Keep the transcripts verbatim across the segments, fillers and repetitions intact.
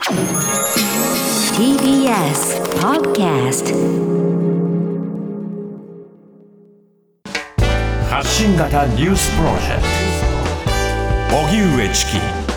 ティービーエス Podcast 発信型ニュースプロジェクト荻上チキ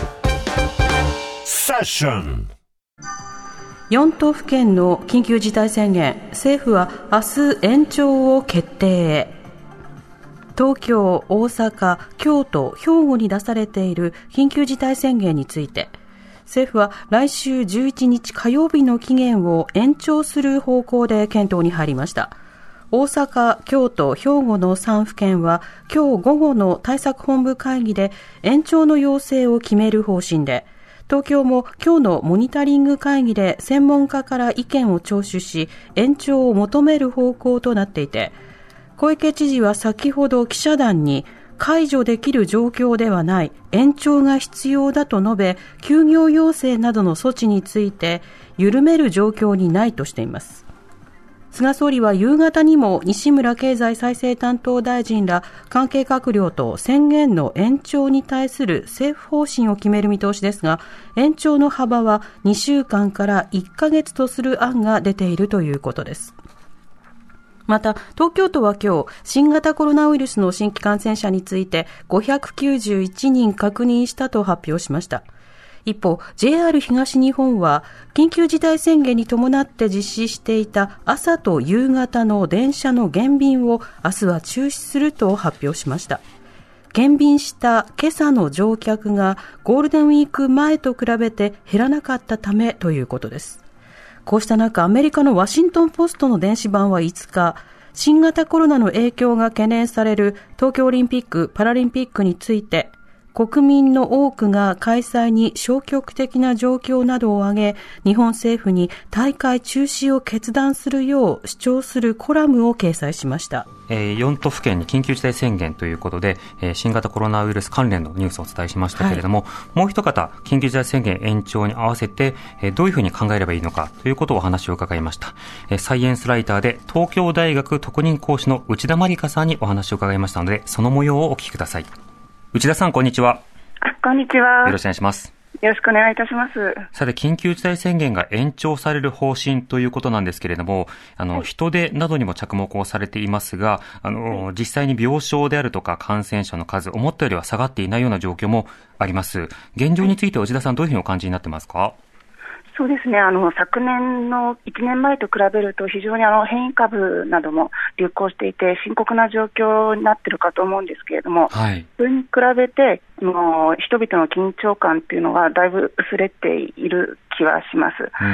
セッション。 よん都府県の緊急事態宣言、政府は明日延長を決定。東京、大阪、京都、兵庫に出されている緊急事態宣言について、政府は来週じゅういちにち火曜日の期限を延長する方向で検討に入りました。大阪、京都、兵庫のさん府県は今日午後の対策本部会議で延長の要請を決める方針で、東京も今日のモニタリング会議で専門家から意見を聴取し、延長を求める方向となっていて、小池知事は先ほど記者団に、解除できる状況ではない、延長が必要だと述べ、休業要請などの措置について緩める状況にないとしています。菅総理は夕方にも西村経済再生担当大臣ら関係閣僚と宣言の延長に対する政府方針を決める見通しですが、延長の幅はにしゅうかんからいっかげつとする案が出ているということです。また、東京都は今日、新型コロナウイルスの新規感染者についてごひゃくきゅうじゅういちにん確認したと発表しました。一方、ジェイアール 東日本は、緊急事態宣言に伴って実施していた朝と夕方の電車の減便を明日は中止すると発表しました。減便した今朝の乗客がゴールデンウィーク前と比べて減らなかったためということです。こうした中、アメリカのワシントンポストの電子版はいつか、新型コロナの影響が懸念される東京オリンピック・パラリンピックについて、国民の多くが開催に消極的な状況などを挙げ、日本政府に大会中止を決断するよう主張するコラムを掲載しました。 えー、よん都府県に緊急事態宣言ということで、えー、新型コロナウイルス関連のニュースをお伝えしましたけれども、はい、もう一方、緊急事態宣言延長に合わせて、えー、どういうふうに考えればいいのかということをお話を伺いました。えー、サイエンスライターで東京大学特任講師の内田まりかさんにお話を伺いましたので、その模様をお聞きください。内田さん、こんにちは。 あ、こんにちは。 よろしくお願いします。 よろしくお願いいたします。 さて、緊急事態宣言が延長される方針ということなんですけれども、あの、はい、人手などにも着目をされていますが、あの、はい、実際に病床であるとか感染者の数、思ったよりは下がっていないような状況もあります。現状について内田さん、どういうふうにお感じになってますか？ そうですね、あの昨年のいちねんまえと比べると非常にあの変異株なども流行していて深刻な状況になっているかと思うんですけれども、はい、それに比べてもう人々の緊張感というのがだいぶ薄れている気はします。うん、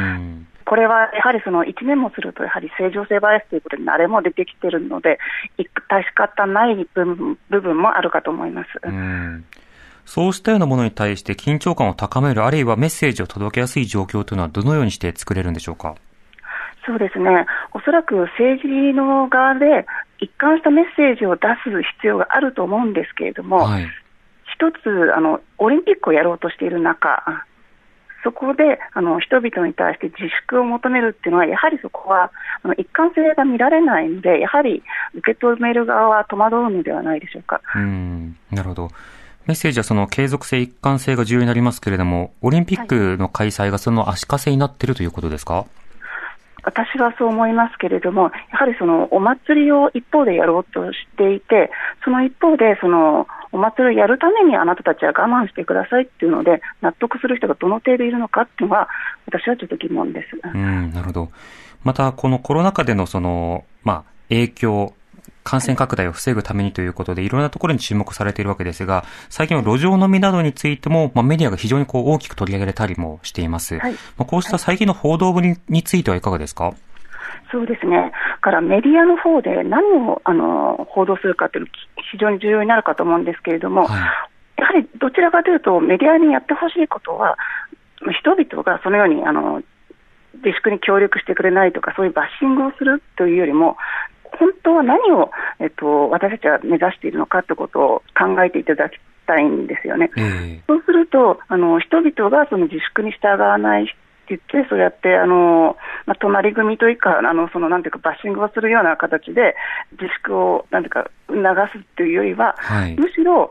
これはやはりそのいちねんもするとやはり正常性バイアスということに慣れも出てきているので、致し方ない部分、部分もあるかと思います。うん、 そうしたようなものに対して緊張感を高める、あるいはメッセージを届けやすい状況というのはどのようにして作れるんでしょうか？ そうですね、おそらく政治の側で一貫したメッセージを出す必要があると思うんですけれども、はい、一つあのオリンピックをやろうとしている中、そこであの人々に対して自粛を求めるっていうのはやはりそこはあの一貫性が見られないので、やはり受け止める側は戸惑うのではないでしょうか。 うーん、なるほど。メッセージはその継続性、一貫性が重要になりますけれども、オリンピックの開催がその足かせになっているということですか？はい、 私はそう思いますけれども、やはりそのお祭りを一方でやろうとしていて、その一方でそのお祭りをやるためにあなたたちは我慢してくださいっていうので納得する人がどの程度いるのかっていうのは私はちょっと疑問です。 うん、なるほど。またこのコロナ禍でのその、まあ、影響、感染拡大を防ぐためにということで、いろんなところに注目されているわけですが、最近は路上飲みなどについても、まあ、メディアが非常にこう大きく取り上げられたりもしています。はい、まあ、こうした最近の報道ぶりについてはいかがですか？ そうですね。からメディアの方で何をあの報道するかというのが非常に重要になるかと思うんですけれども、はい、やはりどちらかというとメディアにやってほしいことは、人々がそのようにあの自粛に協力してくれないとか、そういうバッシングをするというよりも、本当は何を、えっと、私たちは目指しているのかということを考えていただきたいんですよね。えー、そうするとあの人々がその自粛に従わないって言って、そうやってあの、まあ、隣組というかあのそのなんていうかバッシングをするような形で自粛をなんていうか促すというよりは、はい、むしろ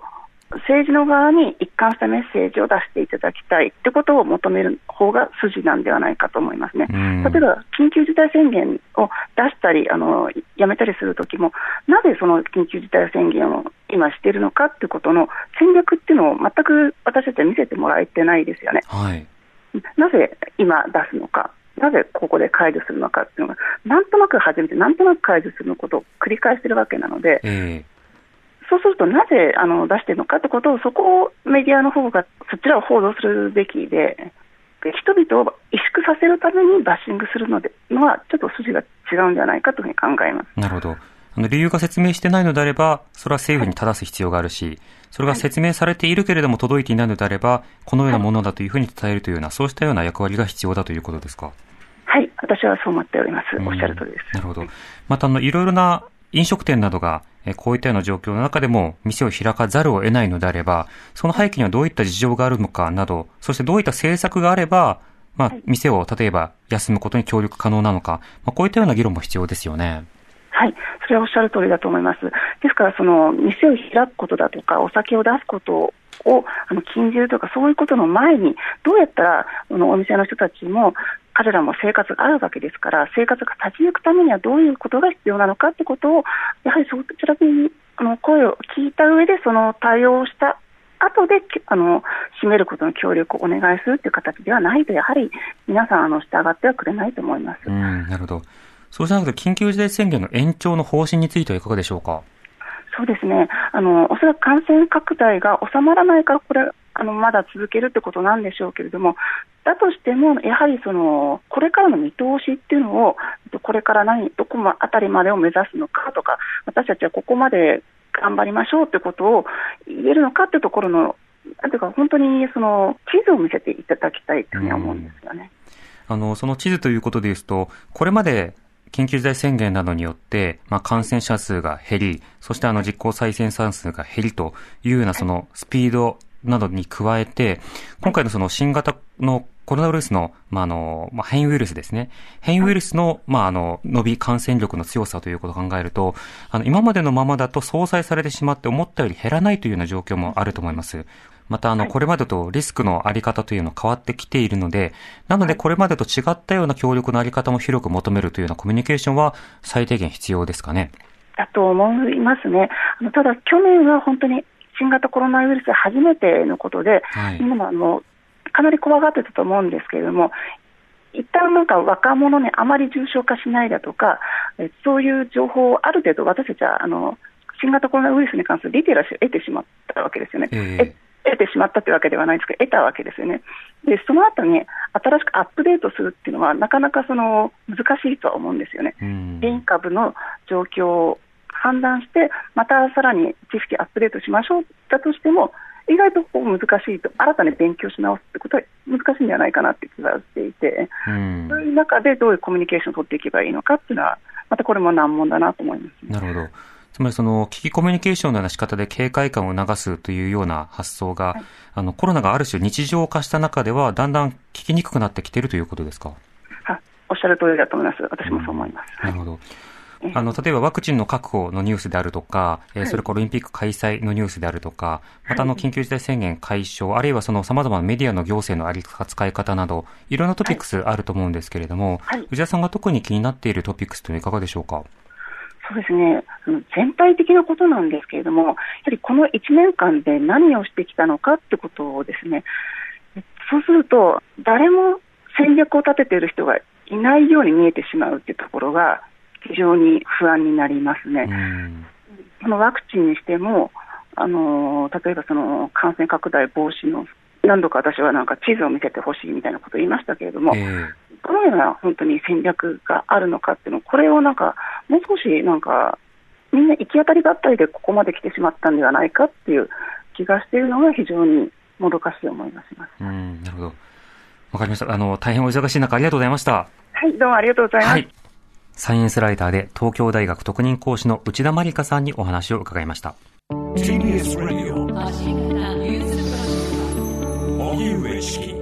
政治の側に一貫したメッセージを出していただきたいってことを求める方が筋なんではないかと思いますね。例えば緊急事態宣言を出したりあのやめたりするときも、なぜその緊急事態宣言を今しているのかっていうことの戦略っていうのを全く私たちは見せてもらえてないですよね。はい、なぜ今出すのか、なぜここで解除するのかっていうのがなんとなく始めてなんとなく解除することを繰り返しているわけなので、えー、そうするとなぜあの出しているのかってことを、そこをメディアの方がそちらを報道するべきで、人々を萎縮させるためにバッシングするのでのはちょっと筋が違うんじゃないかというふうに考えます。 なるほど。あの理由が説明してないのであれば、それは政府に正す必要があるし、はい、それが説明されているけれども届いていないのであれば、このようなものだというふうに伝えるというような、そうしたような役割が必要だということですか。 はい、私はそう思っております。おっしゃる通りです。 なるほど。またあのいろいろな飲食店などがこういったような状況の中でも店を開かざるを得ないのであれば、その背景にはどういった事情があるのかなど、そしてどういった政策があれば、まあ、店を例えば休むことに協力可能なのか、まあ、こういったような議論も必要ですよね。 はい、それはおっしゃる通りだと思います。ですからその店を開くことだとかお酒を出すことをあの禁じるとか、そういうことの前にどうやったらあのお店の人たちも彼らも生活があるわけですから、生活が立ち行くためにはどういうことが必要なのかということを、やはりそちらにあの声を聞いた上でその対応をした後であの締めることの協力をお願いするという形ではないと、やはり皆さんあの従ってはくれないと思います。 うん、なるほど。そうじゃなくて緊急事態宣言の延長の方針についてはいかがでしょうか。 そうですね、あのおそらく感染拡大が収まらないからこれあのまだ続けるということなんでしょうけれども、だとしてもやはりそのこれからの見通しっていうのを、これから何どこあたりまでを目指すのかとか、私たちはここまで頑張りましょうということを言えるのかというところの、なんていうか本当にその地図を見せていただきたいというふうに思うんですよね。 あのその地図ということでいうと、これまで緊急事態宣言などによって、まあ、感染者数が減り、そしてあの実効再生産数が減りというようなそのスピードなどに加えて、今回のその新型のコロナウイルスの、まあ、あの、まあ、変異ウイルスですね。変異ウイルスの、まあ、あの、伸び、感染力の強さということを考えると、あの、今までのままだと相殺されてしまって思ったより減らないというような状況もあると思います。また、あの、これまでとリスクのあり方というのは変わってきているので、なので、これまでと違ったような協力のあり方も広く求めるというようなコミュニケーションは最低限必要ですかね。 だと思いますね。あのただ、去年は本当に新型コロナウイルス初めてのことで、はい、みんなもあのかなり怖がってたと思うんですけれども、一旦なんか若者にあまり重症化しないだとか、そういう情報をある程度私たちはあの新型コロナウイルスに関するリテラシーを得てしまったわけですよね。えー得てしまったというわけではないですけど、得たわけですよね。で、その後に新しくアップデートするっていうのはなかなかその難しいとは思うんですよね。変異株の状況を判断してまたさらに知識アップデートしましょうだとしても、意外と難しいと、新たに勉強し直すってことは難しいんじゃないかなって気がしていて、そういう中でどういうコミュニケーションを取っていけばいいのかっていうのはまたこれも難問だなと思います、ね。 なるほど。つまりその危機コミュニケーションのような仕方で警戒感を促すというような発想が、はい、あのコロナがある種日常化した中ではだんだん聞きにくくなってきているということですか。 はおっしゃる通りだと思います。私もそう思います。 うん、なるほど。あの例えばワクチンの確保のニュースであるとか、はい、それからオリンピック開催のニュースであるとか、またあの緊急事態宣言解消、はい、あるいはその様々なメディアの行政の扱い方などいろんなトピックスあると思うんですけれども、はい、内田さんが特に気になっているトピックスというのはいかがでしょうか。 そうですね、全体的なことなんですけれども、やはりこのいちねんかんで何をしてきたのかってことをですね、そうすると誰も戦略を立てている人がいないように見えてしまうっていうところが非常に不安になりますね。このワクチンにしても、あの例えばその感染拡大防止の何度か私はなんか地図を見せてほしいみたいなことを言いましたけれども、えー、どのような本当に戦略があるのかっていうの、これをなんかもう少しなんかみんな行き当たりばったりでここまで来てしまったんではないかっていう気がしているのが非常にもどかしい思いがします。 うん、なるほど、わかりました。あの大変お忙しい中ありがとうございました。 はい、どうもありがとうございます。はい、 サイエンスライターで東京大学特任講師の内田まりかさんにお話を伺いました。 ティービーエス ラジオ荻上チキ